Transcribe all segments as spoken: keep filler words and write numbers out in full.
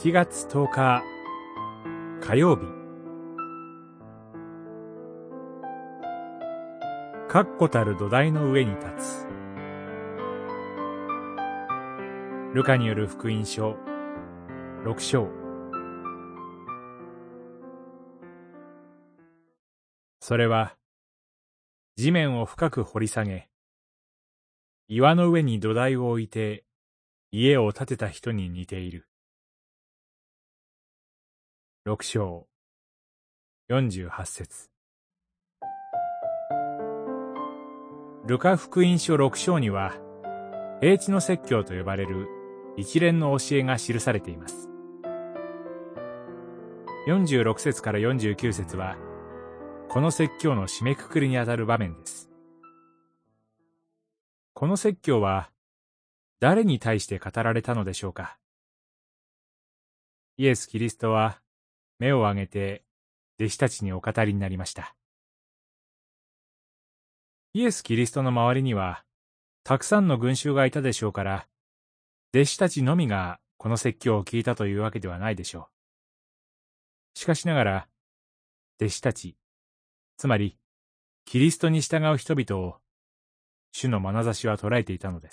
しがつとおか火曜日、確固たる土台の上に立つ。ルカによる福音書ろく章。それは地面を深く掘り下げ、岩の上に土台を置いて家を建てた人に似ている。ろく章よんじゅうはち節。ルカ福音書ろく章には、平地の説教と呼ばれる一連の教えが記されています。よんじゅうろく節からよんじゅうきゅう節は、この説教の締めくくりにあたる場面です。この説教は、誰に対して語られたのでしょうか。イエス・キリストは、目を上げて、弟子たちにお語りになりました。イエス・キリストの周りには、たくさんの群衆がいたでしょうから、弟子たちのみがこの説教を聞いたというわけではないでしょう。しかしながら、弟子たち、つまり、キリストに従う人々を、主の眼差しは捉えていたのです。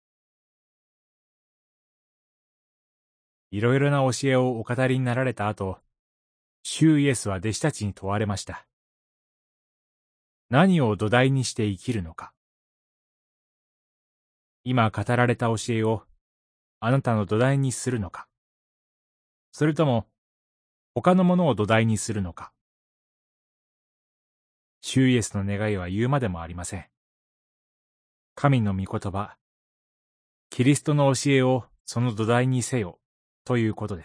いろいろな教えをお語りになられた後、主イエスは弟子たちに問われました。何を土台にして生きるのか。今語られた教えをあなたの土台にするのか。それとも他のものを土台にするのか。主イエスの願いは言うまでもありません。神の御言葉、キリストの教えをその土台にせよということです。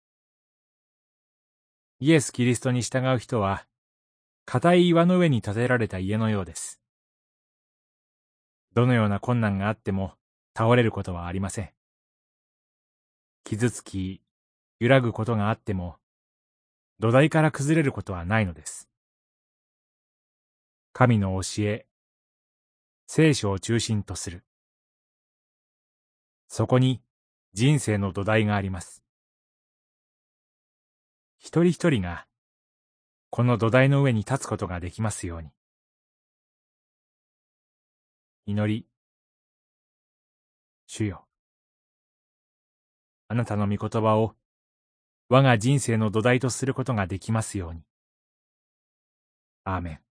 イエス・キリストに従う人は、固い岩の上に建てられた家のようです。どのような困難があっても倒れることはありません。傷つき、揺らぐことがあっても、土台から崩れることはないのです。神の教え、聖書を中心とする。そこに人生の土台があります。一人一人が、この土台の上に立つことができますように。祈り。主よ。あなたの御言葉を我が人生の土台とすることができますように。アーメン。